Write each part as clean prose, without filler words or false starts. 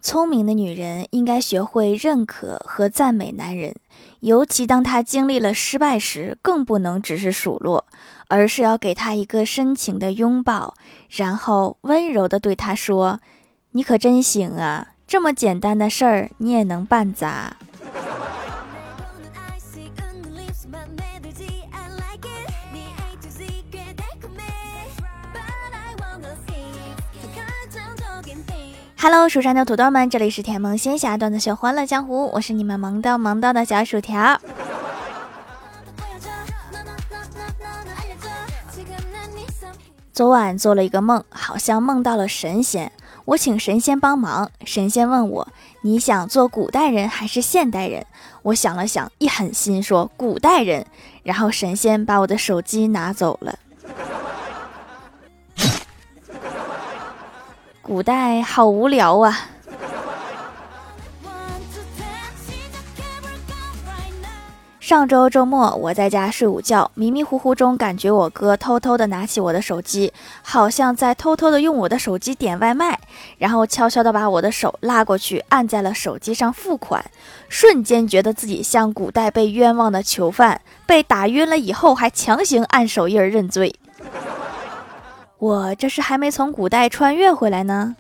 聪明的女人应该学会认可和赞美男人，尤其当他经历了失败时，更不能只是数落，而是要给他一个深情的拥抱，然后温柔地对他说：你可真行啊，这么简单的事儿你也能办砸。Hello， 蜀山的土豆们，这里是甜萌仙侠段子秀欢乐江湖，我是你们萌到的小薯条。昨晚做了一个梦，好像梦到了神仙，我请神仙帮忙，神仙问我，你想做古代人还是现代人？我想了想，一狠心说古代人，然后神仙把我的手机拿走了。古代好无聊啊。上周周末我在家睡午觉，迷迷糊糊中感觉我哥偷偷的拿起我的手机，好像在偷偷的用我的手机点外卖，然后悄悄的把我的手拉过去按在了手机上付款，瞬间觉得自己像古代被冤枉的囚犯，被打晕了以后还强行按手印认罪。我这是还没从古代穿越回来呢。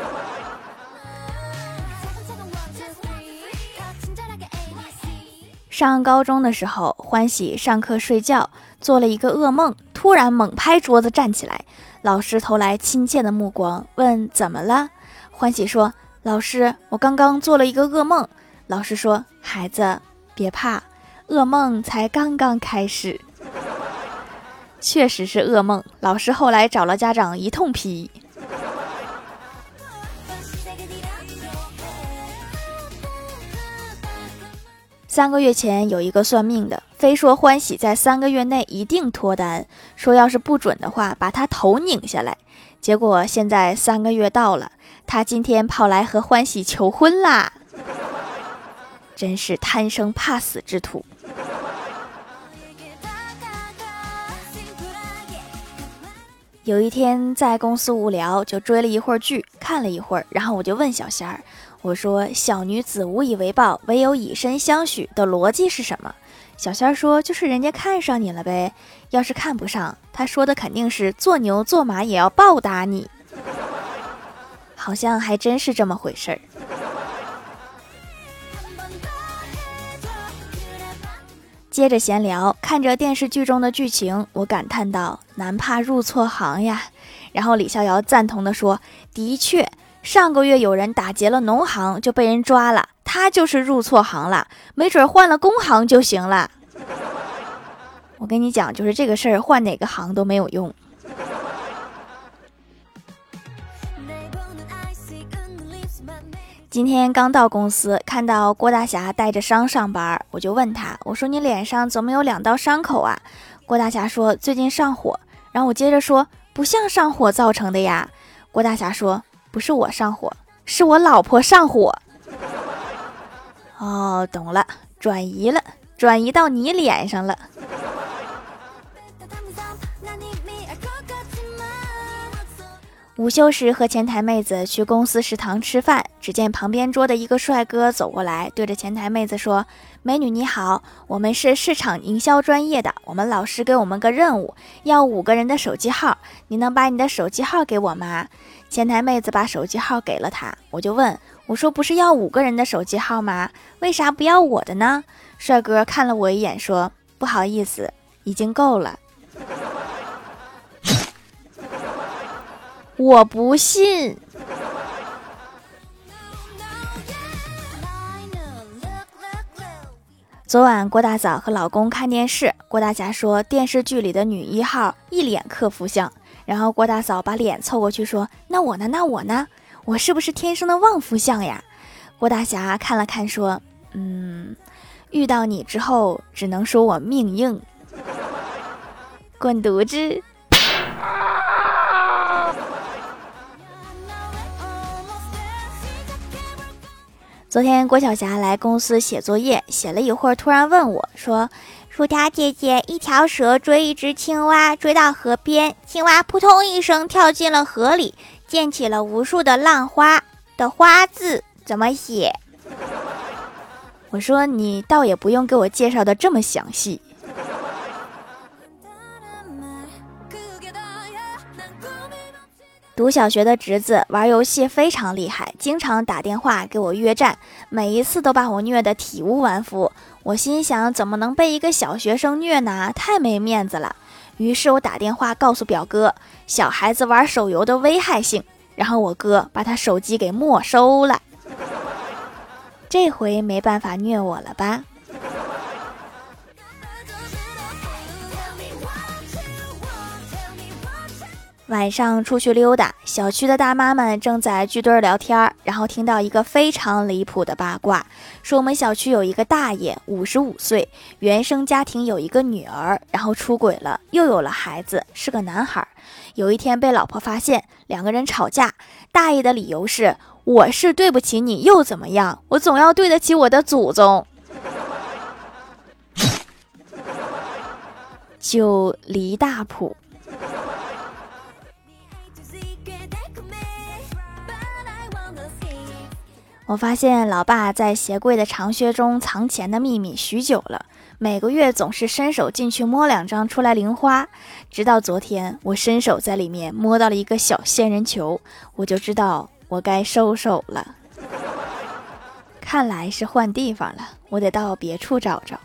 上高中的时候，欢喜上课睡觉，做了一个噩梦，突然猛拍桌子站起来，老师投来亲切的目光，问怎么了？欢喜说，老师，我刚刚做了一个噩梦。老师说，孩子别怕，噩梦才刚刚开始。确实是噩梦，老师后来找了家长一通批。3个月前有一个算命的，非说欢喜在3个月内一定脱单，说要是不准的话把他头拧下来。结果现在3个月到了，他今天跑来和欢喜求婚啦，真是贪生怕死之徒。有一天在公司无聊，就追了一会儿剧，看了一会儿，然后我就问小仙儿，我说小女子无以为报，唯有以身相许的逻辑是什么？小仙儿说，就是人家看上你了呗，要是看不上，他说的肯定是做牛做马也要报答你。好像还真是这么回事儿。接着闲聊，看着电视剧中的剧情，我感叹道，男怕入错行呀。然后李逍遥赞同地说，的确，上个月有人打劫了农行就被人抓了，他就是入错行了，没准换了工行就行了。我跟你讲，就是这个事儿，换哪个行都没有用。今天刚到公司，看到郭大侠带着伤上班，我就问他，我说你脸上怎么有2道伤口啊？郭大侠说最近上火。然后我接着说，不像上火造成的呀。郭大侠说，不是我上火，是我老婆上火。哦，懂了，转移到你脸上了。午休时和前台妹子去公司食堂吃饭，只见旁边桌的一个帅哥走过来，对着前台妹子说，美女你好，我们是市场营销专业的，我们老师给我们个任务，要5个人的手机号，你能把你的手机号给我吗？前台妹子把手机号给了他，我就问，我说不是要5个人的手机号吗？为啥不要我的呢？帅哥看了我一眼说，不好意思，已经够了。我不信。昨晚郭大嫂和老公看电视，郭大侠说电视剧里的女1号一脸克夫相，然后郭大嫂把脸凑过去说，那我呢？我是不是天生的旺夫相呀？郭大侠看了看说，遇到你之后只能说我命硬。滚犊子。昨天郭晓霞来公司写作业，写了一会儿突然问我说，薯条姐姐，一条蛇追一只青蛙，追到河边，青蛙扑通一声跳进了河里，溅起了无数的浪花。 的花字怎么写？我说你倒也不用给我介绍的这么详细。读小学的侄子玩游戏非常厉害，经常打电话给我约战，每一次都把我虐得体无完肤。我心想，怎么能被一个小学生虐呢？太没面子了。于是我打电话告诉表哥，小孩子玩手游的危害性，然后我哥把他手机给没收了。这回没办法虐我了吧？晚上出去溜达，小区的大妈们正在聚堆聊天，然后听到一个非常离谱的八卦，说我们小区有一个大爷55岁，原生家庭有一个女儿，然后出轨了，又有了孩子，是个男孩。有一天被老婆发现，两个人吵架，大爷的理由是，我是对不起你又怎么样，我总要对得起我的祖宗。就离大谱。我发现老爸在鞋柜的长靴中藏钱的秘密许久了，每个月总是伸手进去摸2张出来零花，直到昨天我伸手在里面摸到了一个小仙人球，我就知道我该收手了。看来是换地方了，我得到别处找找。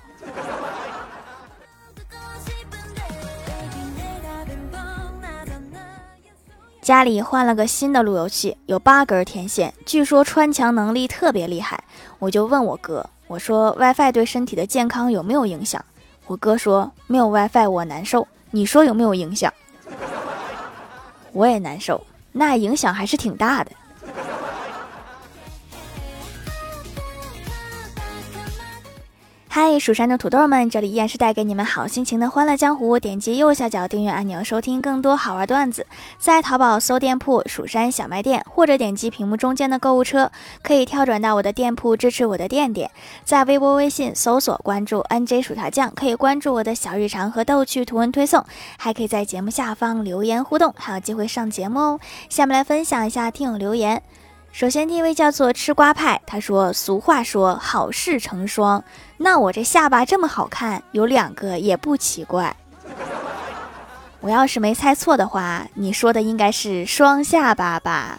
家里换了个新的路由器，有8根天线，据说穿墙能力特别厉害。我就问我哥，我说 WiFi 对身体的健康有没有影响？我哥说没有 WiFi 我难受，你说有没有影响？我也难受，那影响还是挺大的。嗨，蜀山的土豆们，这里依然是带给你们好心情的欢乐江湖。点击右下角订阅按钮，收听更多好玩段子。在淘宝搜店铺蜀山小卖店，或者点击屏幕中间的购物车，可以跳转到我的店铺，支持我的店点。在微博微信搜索关注 NJ 薯条酱，可以关注我的小日常和逗趣图文推送，还可以在节目下方留言互动，还有机会上节目哦。下面来分享一下听友留言。首先第一位叫做吃瓜派，他说俗话说好事成双，那我这下巴这么好看，有2个也不奇怪。我要是没猜错的话，你说的应该是双下巴吧。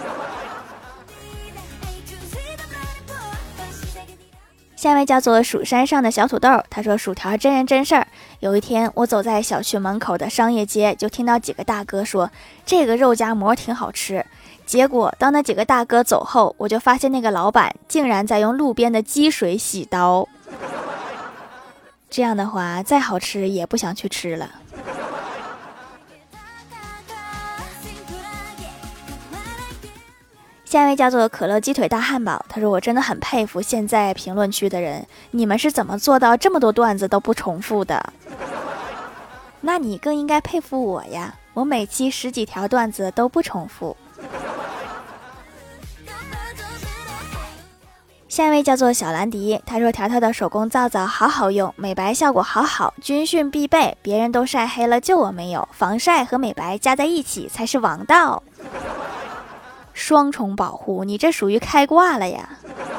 下一位叫做蜀山上的小土豆，他说薯条真人真事儿。有一天我走在小区门口的商业街，就听到几个大哥说这个肉夹馍挺好吃。结果当那几个大哥走后，我就发现那个老板竟然在用路边的积水洗刀。这样的话再好吃也不想去吃了。下一位叫做可乐鸡腿大汉堡，他说我真的很佩服现在评论区的人，你们是怎么做到这么多段子都不重复的？那你更应该佩服我呀，我每期10几条段子都不重复。下一位叫做小兰迪，他说条条的手工皂皂好好用，美白效果好好，军训必备，别人都晒黑了就我没有，防晒和美白加在一起才是王道，双重保护，你这属于开挂了呀。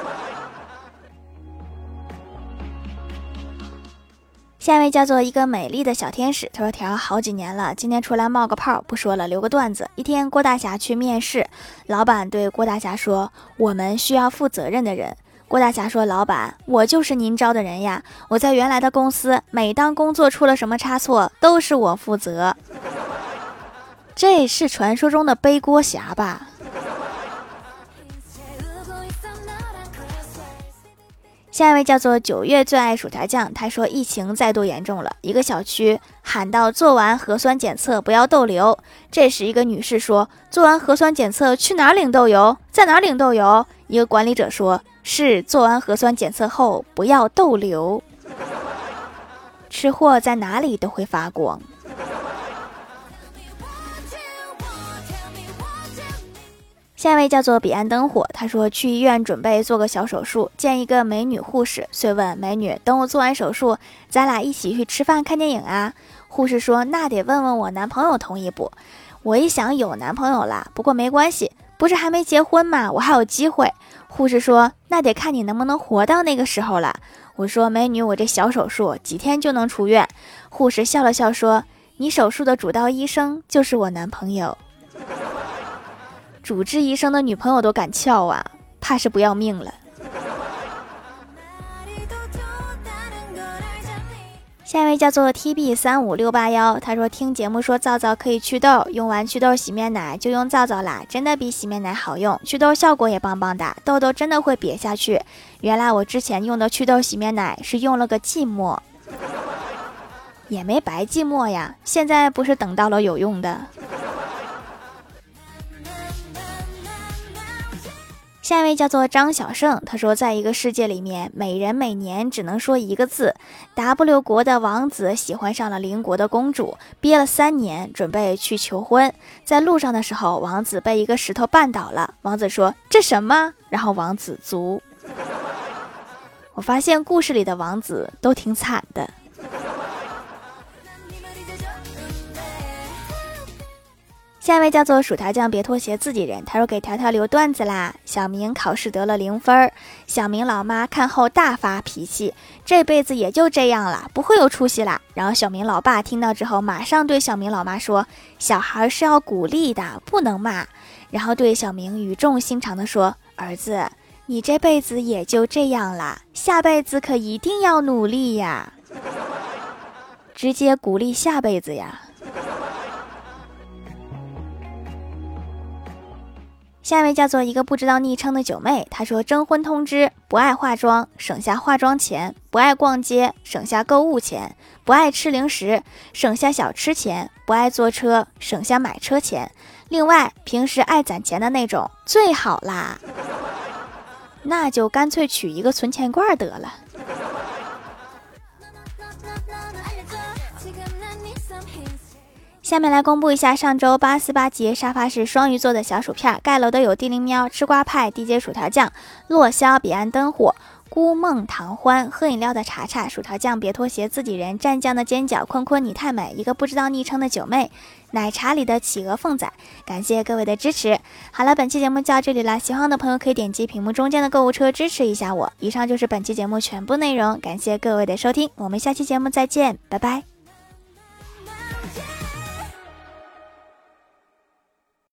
下一位叫做一个美丽的小天使，他说条好几年了，今天出来冒个泡，不说了，留个段子。一天郭大侠去面试，老板对郭大侠说，我们需要负责任的人。郭大侠说，老板，我就是您招的人呀，我在原来的公司，每当工作出了什么差错都是我负责。这是传说中的背锅侠吧？下一位叫做9月最爱薯条酱，他说疫情再度严重了，一个小区喊到做完核酸检测不要逗留。这时一个女士说，做完核酸检测去哪儿领豆油？在哪儿领豆油？一个管理者说，是做完核酸检测后不要逗留。吃货在哪里都会发光。下一位叫做彼岸灯火，他说去医院准备做个小手术，见一个美女护士，遂问美女，等我做完手术咱俩一起去吃饭看电影啊？护士说，那得问问我男朋友同意不？我一想有男朋友啦，不过没关系， 不是还没结婚吗？我还有机会。护士说，那得看你能不能活到那个时候了。我说，美女，我这小手术几天就能出院。护士笑了笑说，你手术的主刀医生就是我男朋友。主治医生的女朋友都敢撬啊，怕是不要命了。下一位叫做 TB35681，他说听节目说皂皂可以祛痘，用完祛痘洗面奶就用皂皂啦，真的比洗面奶好用，祛痘效果也棒棒的，痘痘真的会瘪下去。原来我之前用的祛痘洗面奶是用了个寂寞，也没白寂寞呀，现在不是等到了有用的。下一位叫做张小胜，他说在一个世界里面，每人每年只能说一个字。 W 国的王子喜欢上了邻国的公主，憋了3年准备去求婚，在路上的时候，王子被一个石头绊倒了，王子说这什么？然后王子足。我发现故事里的王子都挺惨的。下一位叫做薯条酱别拖鞋自己人，他说给条条留段子啦。小明考试得了0分，小明老妈看后大发脾气，这辈子也就这样了，不会有出息啦。然后小明老爸听到之后，马上对小明老妈说，小孩是要鼓励的，不能骂。然后对小明语重心长的说，儿子，你这辈子也就这样啦，下辈子可一定要努力呀。直接鼓励下辈子呀。下一位叫做一个不知道昵称的九妹，她说征婚通知，不爱化妆省下化妆钱，不爱逛街省下购物钱，不爱吃零食省下小吃钱，不爱坐车省下买车钱，另外平时爱攒钱的那种最好啦，那就干脆取一个存钱罐得了。下面来公布一下上周848节沙发是双鱼座的小薯片，盖楼的有地灵喵、吃瓜派、DJ 薯条酱、落霄、彼岸灯火、孤梦唐欢、喝饮料的茶茶、薯条酱别拖鞋自己人、蘸酱的尖角、坤坤你太美、一个不知道昵称的九妹、奶茶里的企鹅凤仔，感谢各位的支持。好了，本期节目就到这里了，喜欢的朋友可以点击屏幕中间的购物车支持一下我。以上就是本期节目全部内容，感谢各位的收听，我们下期节目再见，拜拜。